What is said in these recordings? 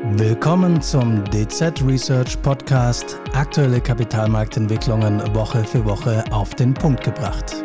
Willkommen zum DZ Research Podcast. Aktuelle Kapitalmarktentwicklungen Woche für Woche auf den Punkt gebracht.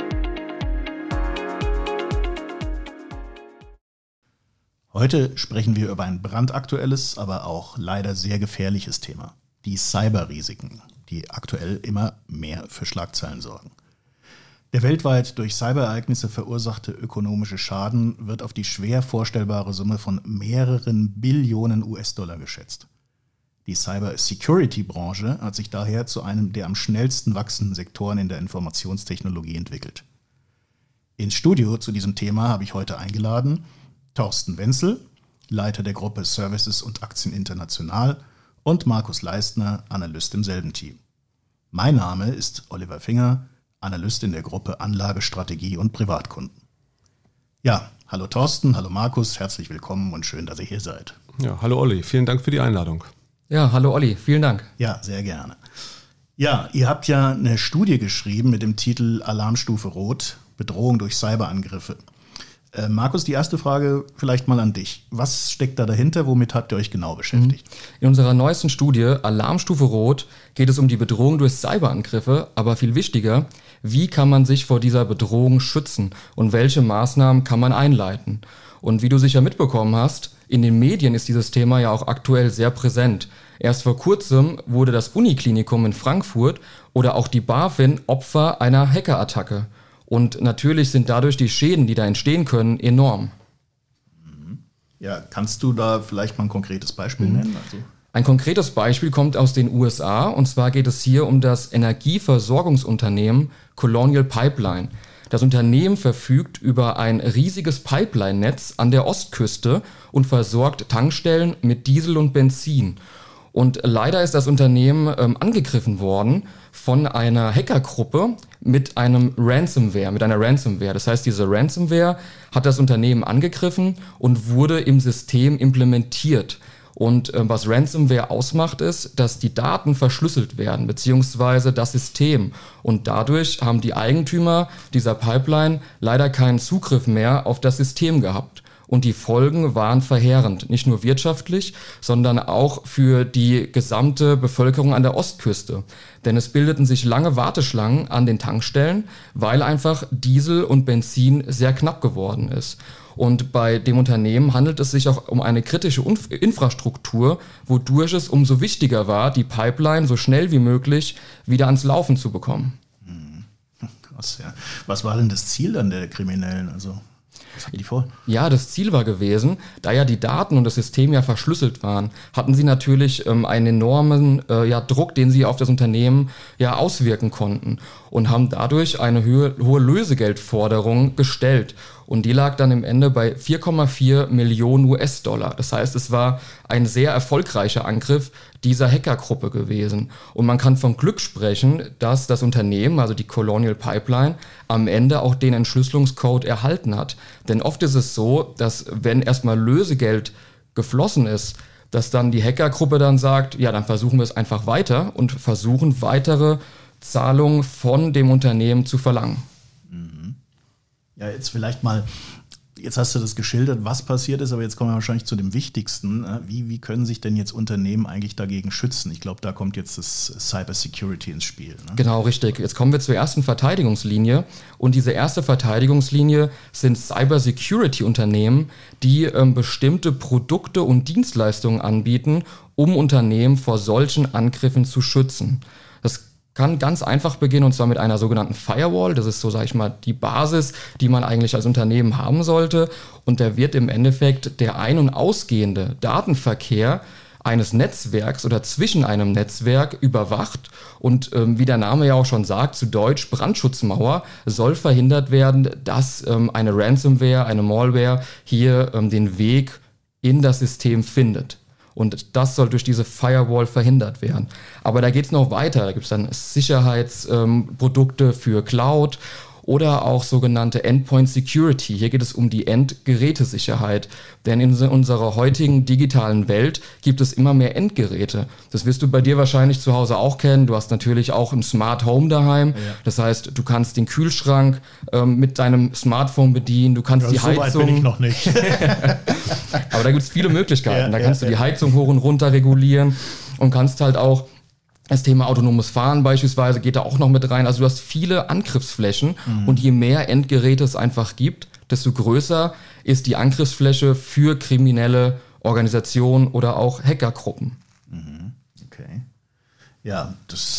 Heute sprechen wir über ein brandaktuelles, aber auch leider sehr gefährliches Thema. Die Cyberrisiken, die aktuell immer mehr für Schlagzeilen sorgen. Der weltweit durch Cyberereignisse verursachte ökonomische Schaden wird auf die schwer vorstellbare Summe von mehreren Billionen US-Dollar geschätzt. Die Cyber-Security-Branche hat sich daher zu einem der am schnellsten wachsenden Sektoren in der Informationstechnologie entwickelt. Ins Studio zu diesem Thema habe ich heute eingeladen Thorsten Wenzel, Leiter der Gruppe Services und Aktien International, und Markus Leistner, Analyst im selben Team. Mein Name ist Oliver Finger, Analyst in der Gruppe Anlagestrategie und Privatkunden. Ja, hallo Thorsten, hallo Markus, herzlich willkommen und schön, dass ihr hier seid. Ja, hallo Olli, vielen Dank für die Einladung. Ja, hallo Olli, vielen Dank. Ja, sehr gerne. Ja, ihr habt ja eine Studie geschrieben mit dem Titel Alarmstufe Rot, Bedrohung durch Cyberangriffe. Markus, die erste Frage vielleicht mal an dich. Was steckt da dahinter? Womit habt ihr euch genau beschäftigt? In unserer neuesten Studie Alarmstufe Rot geht es um die Bedrohung durch Cyberangriffe, aber viel wichtiger, wie kann man sich vor dieser Bedrohung schützen und welche Maßnahmen kann man einleiten? Und wie du sicher mitbekommen hast, in den Medien ist dieses Thema ja auch aktuell sehr präsent. Erst vor kurzem wurde das Uniklinikum in Frankfurt oder auch die BaFin Opfer einer Hackerattacke. Und natürlich sind dadurch die Schäden, die da entstehen können, enorm. Ja, kannst du da vielleicht mal ein konkretes Beispiel nennen? Ein konkretes Beispiel kommt aus den USA, und zwar geht es hier um das Energieversorgungsunternehmen Colonial Pipeline. Das Unternehmen verfügt über ein riesiges Pipeline-Netz an der Ostküste und versorgt Tankstellen mit Diesel und Benzin. Und leider ist das Unternehmen angegriffen worden von einer Hackergruppe mit einer Ransomware. Das heißt, diese Ransomware hat das Unternehmen angegriffen und wurde im System implementiert. Und was Ransomware ausmacht, ist, dass die Daten verschlüsselt werden, beziehungsweise das System. Und dadurch haben die Eigentümer dieser Pipeline leider keinen Zugriff mehr auf das System gehabt. Und die Folgen waren verheerend, nicht nur wirtschaftlich, sondern auch für die gesamte Bevölkerung an der Ostküste. Denn es bildeten sich lange Warteschlangen an den Tankstellen, weil einfach Diesel und Benzin sehr knapp geworden ist. Und bei dem Unternehmen handelt es sich auch um eine kritische Infrastruktur, wodurch es umso wichtiger war, die Pipeline so schnell wie möglich wieder ans Laufen zu bekommen. Krass, ja. Was war denn das Ziel dann der Kriminellen? Was hatten die vor? Ja, das Ziel war gewesen, da ja die Daten und das System ja verschlüsselt waren, hatten sie natürlich einen enormen Druck, den sie auf das Unternehmen ja auswirken konnten, und haben dadurch eine hohe Lösegeldforderung gestellt. Und die lag dann im Ende bei 4,4 Millionen US-Dollar. Das heißt, es war ein sehr erfolgreicher Angriff dieser Hackergruppe gewesen. Und man kann von Glück sprechen, dass das Unternehmen, also die Colonial Pipeline, am Ende auch den Entschlüsselungscode erhalten hat. Denn oft ist es so, dass wenn erstmal Lösegeld geflossen ist, dass dann die Hackergruppe dann sagt, ja, dann versuchen wir es einfach weiter und versuchen weitere Zahlungen von dem Unternehmen zu verlangen. Ja, jetzt vielleicht mal, jetzt hast du das geschildert, was passiert ist, aber jetzt kommen wir wahrscheinlich zu dem Wichtigsten. Wie können sich denn jetzt Unternehmen eigentlich dagegen schützen? Ich glaube, da kommt jetzt das Cyber Security ins Spiel. Ne? Genau, richtig. Jetzt kommen wir zur ersten Verteidigungslinie. Und diese erste Verteidigungslinie sind Cyber Security Unternehmen, die bestimmte Produkte und Dienstleistungen anbieten, um Unternehmen vor solchen Angriffen zu schützen. Das kann ganz einfach beginnen, und zwar mit einer sogenannten Firewall. Das ist so, sage ich mal, die Basis, die man eigentlich als Unternehmen haben sollte. Und da wird im Endeffekt der ein- und ausgehende Datenverkehr eines Netzwerks oder zwischen einem Netzwerk überwacht. Und wie der Name ja auch schon sagt, zu Deutsch Brandschutzmauer, soll verhindert werden, dass eine Ransomware, eine Malware hier den Weg in das System findet. Und das soll durch diese Firewall verhindert werden. Aber da geht es noch weiter. Da gibt es dann Sicherheitsprodukte für Cloud oder auch sogenannte Endpoint Security. Hier geht es um die Endgerätesicherheit, denn in unserer heutigen digitalen Welt gibt es immer mehr Endgeräte. Das wirst du bei dir wahrscheinlich zu Hause auch kennen. Du hast natürlich auch ein Smart Home daheim. Ja. Das heißt, du kannst den Kühlschrank mit deinem Smartphone bedienen, du kannst die Heizung... So weit bin ich noch nicht. Aber da gibt es viele Möglichkeiten. Da kannst du die Heizung hoch und runter regulieren und kannst halt auch das Thema autonomes Fahren beispielsweise geht da auch noch mit rein. Also du hast viele Angriffsflächen und je mehr Endgeräte es einfach gibt, desto größer ist die Angriffsfläche für kriminelle Organisationen oder auch Hackergruppen. Okay. Ja,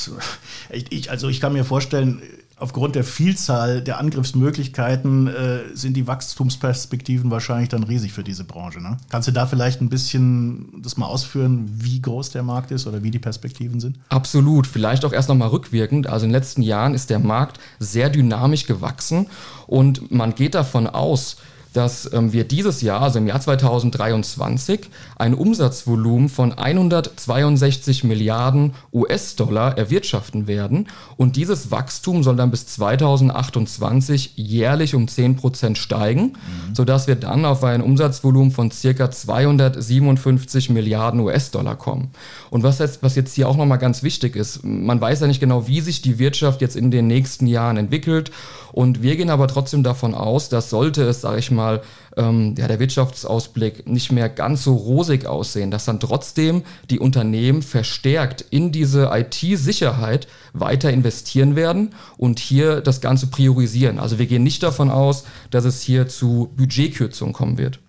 ich kann mir vorstellen, aufgrund der Vielzahl der Angriffsmöglichkeiten sind die Wachstumsperspektiven wahrscheinlich dann riesig für diese Branche. Ne? Kannst du da vielleicht ein bisschen das mal ausführen, wie groß der Markt ist oder wie die Perspektiven sind? Absolut. Vielleicht auch erst nochmal rückwirkend. Also in den letzten Jahren ist der Markt sehr dynamisch gewachsen und man geht davon aus, dass wir dieses Jahr, also im Jahr 2023, ein Umsatzvolumen von 162 Milliarden US-Dollar erwirtschaften werden. Und dieses Wachstum soll dann bis 2028 jährlich um 10% steigen, sodass wir dann auf ein Umsatzvolumen von ca. 257 Milliarden US-Dollar kommen. Und was jetzt hier auch nochmal ganz wichtig ist, man weiß ja nicht genau, wie sich die Wirtschaft jetzt in den nächsten Jahren entwickelt. Und wir gehen aber trotzdem davon aus, dass sollte es, sage ich mal, der Wirtschaftsausblick nicht mehr ganz so rosig aussehen, dass dann trotzdem die Unternehmen verstärkt in diese IT-Sicherheit weiter investieren werden und hier das Ganze priorisieren. Also wir gehen nicht davon aus, dass es hier zu Budgetkürzungen kommen wird.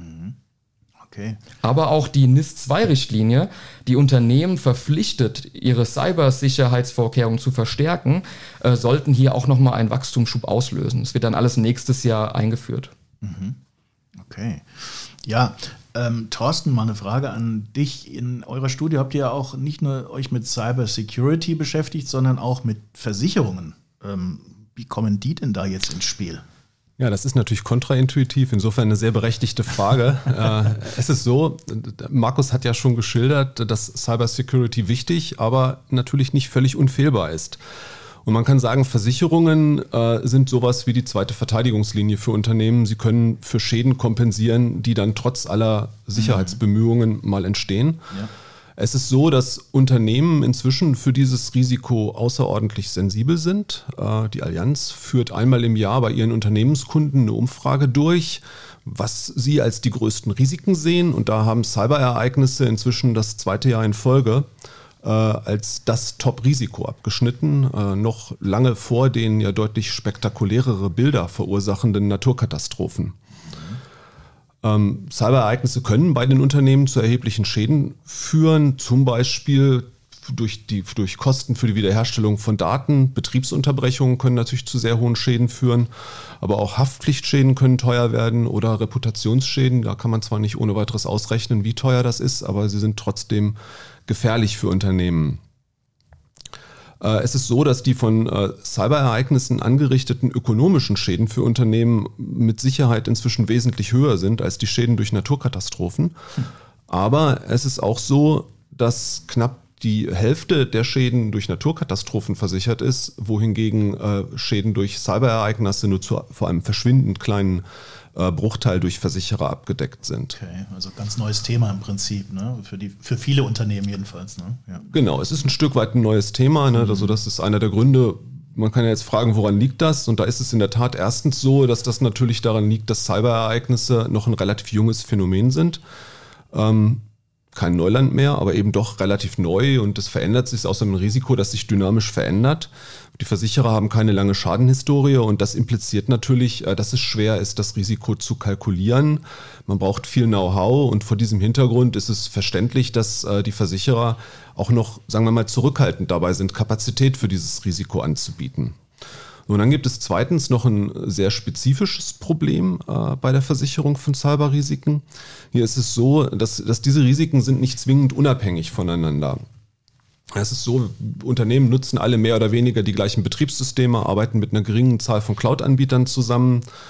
Okay. Aber auch die NIS-2-Richtlinie, die Unternehmen verpflichtet, ihre Cybersicherheitsvorkehrungen zu verstärken, sollten hier auch nochmal einen Wachstumsschub auslösen. Es wird dann alles nächstes Jahr eingeführt. Okay. Ja, Thorsten, mal eine Frage an dich. In eurer Studie habt ihr ja auch nicht nur euch mit Cybersecurity beschäftigt, sondern auch mit Versicherungen. Wie kommen die denn da jetzt ins Spiel? Ja, das ist natürlich kontraintuitiv, insofern eine sehr berechtigte Frage. Es ist so, Markus hat ja schon geschildert, dass Cybersecurity wichtig, aber natürlich nicht völlig unfehlbar ist. Und man kann sagen, Versicherungen sind sowas wie die zweite Verteidigungslinie für Unternehmen. Sie können für Schäden kompensieren, die dann trotz aller Sicherheitsbemühungen mal entstehen. Ja. Es ist so, dass Unternehmen inzwischen für dieses Risiko außerordentlich sensibel sind. Die Allianz führt einmal im Jahr bei ihren Unternehmenskunden eine Umfrage durch, was sie als die größten Risiken sehen. Und da haben Cyberereignisse inzwischen das zweite Jahr in Folge als das Top-Risiko abgeschnitten, noch lange vor den ja deutlich spektakulärere Bilder verursachenden Naturkatastrophen. Cyberereignisse können bei den Unternehmen zu erheblichen Schäden führen, zum Beispiel durch Kosten für die Wiederherstellung von Daten. Betriebsunterbrechungen können natürlich zu sehr hohen Schäden führen, aber auch Haftpflichtschäden können teuer werden oder Reputationsschäden. Da kann man zwar nicht ohne weiteres ausrechnen, wie teuer das ist, aber sie sind trotzdem gefährlich für Unternehmen. Es ist so, dass die von Cyberereignissen angerichteten ökonomischen Schäden für Unternehmen mit Sicherheit inzwischen wesentlich höher sind als die Schäden durch Naturkatastrophen. Aber es ist auch so, dass knapp die Hälfte der Schäden durch Naturkatastrophen versichert ist, wohingegen Schäden durch Cyberereignisse nur zu vor einem verschwindend kleinen Bruchteil durch Versicherer abgedeckt sind. Okay, also ganz neues Thema im Prinzip, ne? Für viele Unternehmen jedenfalls. Ne? Ja. Genau, es ist ein Stück weit ein neues Thema. Ne? Also das ist einer der Gründe. Man kann ja jetzt fragen, woran liegt das? Und da ist es in der Tat erstens so, dass das natürlich daran liegt, dass Cyberereignisse noch ein relativ junges Phänomen sind. Kein Neuland mehr, aber eben doch relativ neu und das verändert sich aus einem Risiko, das sich dynamisch verändert. Die Versicherer haben keine lange Schadenhistorie und das impliziert natürlich, dass es schwer ist, das Risiko zu kalkulieren. Man braucht viel Know-how und vor diesem Hintergrund ist es verständlich, dass die Versicherer auch noch, sagen wir mal, zurückhaltend dabei sind, Kapazität für dieses Risiko anzubieten. Und dann gibt es zweitens noch ein sehr spezifisches Problem bei der Versicherung von Cyberrisiken. Hier ist es so, dass diese Risiken sind nicht zwingend unabhängig voneinander. Es ist so, Unternehmen nutzen alle mehr oder weniger die gleichen Betriebssysteme, arbeiten mit einer geringen Zahl von Cloud-Anbietern zusammen.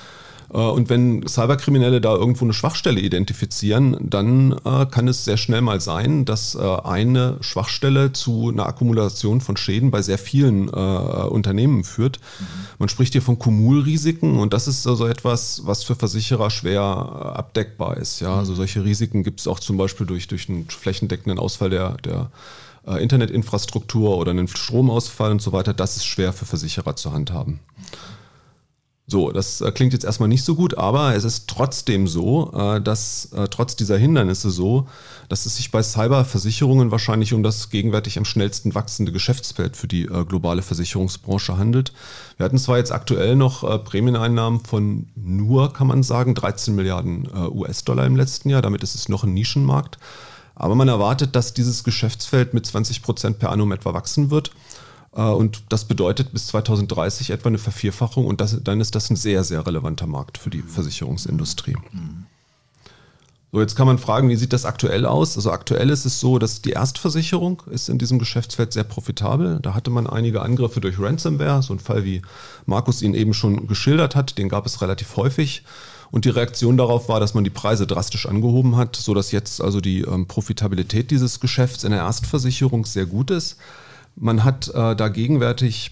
Und wenn Cyberkriminelle da irgendwo eine Schwachstelle identifizieren, dann kann es sehr schnell mal sein, dass eine Schwachstelle zu einer Akkumulation von Schäden bei sehr vielen Unternehmen führt. Man spricht hier von Kumulrisiken und das ist also etwas, was für Versicherer schwer abdeckbar ist. Ja? Also solche Risiken gibt es auch zum Beispiel durch einen flächendeckenden Ausfall der Internetinfrastruktur oder einen Stromausfall und so weiter. Das ist schwer für Versicherer zu handhaben. So, das klingt jetzt erstmal nicht so gut, aber es ist trotzdem so, dass trotz dieser Hindernisse so, dass es sich bei Cyberversicherungen wahrscheinlich um das gegenwärtig am schnellsten wachsende Geschäftsfeld für die globale Versicherungsbranche handelt. Wir hatten zwar jetzt aktuell noch Prämieneinnahmen von nur, kann man sagen, 13 Milliarden US-Dollar im letzten Jahr, damit ist es noch ein Nischenmarkt, aber man erwartet, dass dieses Geschäftsfeld mit 20% per annum etwa wachsen wird. Und das bedeutet bis 2030 etwa eine Vervierfachung und dann ist das ein sehr, sehr relevanter Markt für die Versicherungsindustrie. So, jetzt kann man fragen, wie sieht das aktuell aus? Also aktuell ist es so, dass die Erstversicherung ist in diesem Geschäftsfeld sehr profitabel. Da hatte man einige Angriffe durch Ransomware, so ein Fall wie Markus ihn eben schon geschildert hat, den gab es relativ häufig. Und die Reaktion darauf war, dass man die Preise drastisch angehoben hat, sodass jetzt also die Profitabilität dieses Geschäfts in der Erstversicherung sehr gut ist. Man hat da gegenwärtig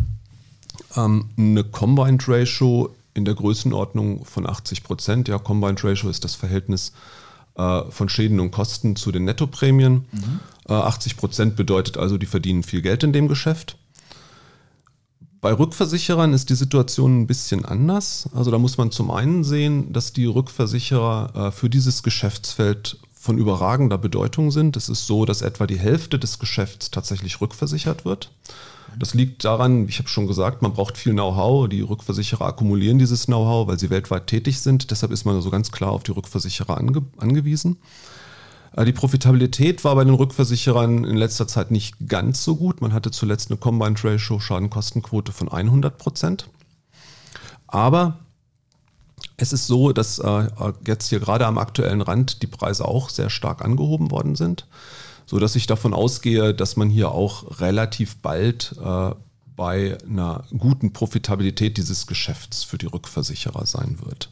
eine Combined Ratio in der Größenordnung von 80%. Ja, Combined Ratio ist das Verhältnis von Schäden und Kosten zu den Nettoprämien. 80% bedeutet also, die verdienen viel Geld in dem Geschäft. Bei Rückversicherern ist die Situation ein bisschen anders. Also da muss man zum einen sehen, dass die Rückversicherer für dieses Geschäftsfeld von überragender Bedeutung sind. Es ist so, dass etwa die Hälfte des Geschäfts tatsächlich rückversichert wird. Das liegt daran, ich habe schon gesagt, man braucht viel Know-how. Die Rückversicherer akkumulieren dieses Know-how, weil sie weltweit tätig sind. Deshalb ist man also ganz klar auf die Rückversicherer angewiesen. Die Profitabilität war bei den Rückversicherern in letzter Zeit nicht ganz so gut. Man hatte zuletzt eine Combined Ratio Schadenkostenquote von 100%. Aber es ist so, dass jetzt hier gerade am aktuellen Rand die Preise auch sehr stark angehoben worden sind, sodass ich davon ausgehe, dass man hier auch relativ bald bei einer guten Profitabilität dieses Geschäfts für die Rückversicherer sein wird.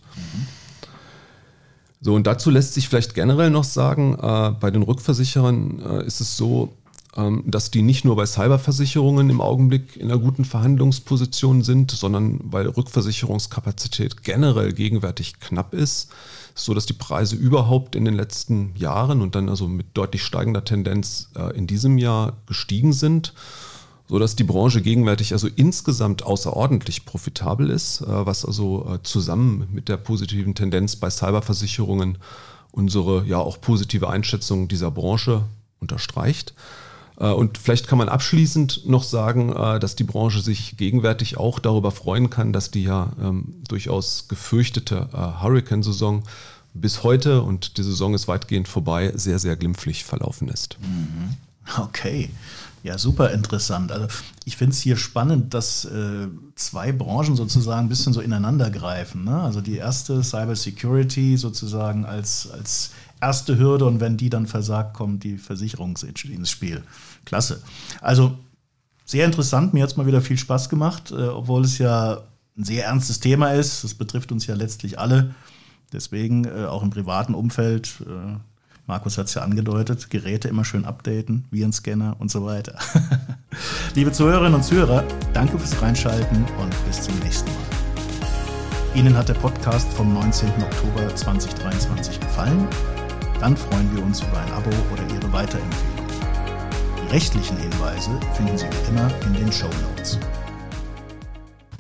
So, und dazu lässt sich vielleicht generell noch sagen, bei den Rückversicherern ist es so, dass die nicht nur bei Cyberversicherungen im Augenblick in einer guten Verhandlungsposition sind, sondern weil Rückversicherungskapazität generell gegenwärtig knapp ist, so dass die Preise überhaupt in den letzten Jahren und dann also mit deutlich steigender Tendenz in diesem Jahr gestiegen sind, so dass die Branche gegenwärtig also insgesamt außerordentlich profitabel ist, was also zusammen mit der positiven Tendenz bei Cyberversicherungen unsere ja auch positive Einschätzung dieser Branche unterstreicht. Und vielleicht kann man abschließend noch sagen, dass die Branche sich gegenwärtig auch darüber freuen kann, dass die ja durchaus gefürchtete Hurricane-Saison bis heute, und die Saison ist weitgehend vorbei, sehr, sehr glimpflich verlaufen ist. Okay, ja, super interessant. Also ich finde es hier spannend, dass zwei Branchen sozusagen ein bisschen so ineinander greifen, ne? Also die erste Cybersecurity sozusagen als erste Hürde und wenn die dann versagt, kommt die Versicherung ins Spiel. Klasse. Also sehr interessant, mir hat es mal wieder viel Spaß gemacht, obwohl es ja ein sehr ernstes Thema ist. Das betrifft uns ja letztlich alle. Deswegen auch im privaten Umfeld, Markus hat es ja angedeutet, Geräte immer schön updaten, Virenscanner und so weiter. Liebe Zuhörerinnen und Zuhörer, danke fürs Reinschalten und bis zum nächsten Mal. Ihnen hat der Podcast vom 19. Oktober 2023 gefallen? Dann freuen wir uns über ein Abo oder Ihre Weiterempfehlung. Die rechtlichen Hinweise finden Sie wie immer in den Shownotes.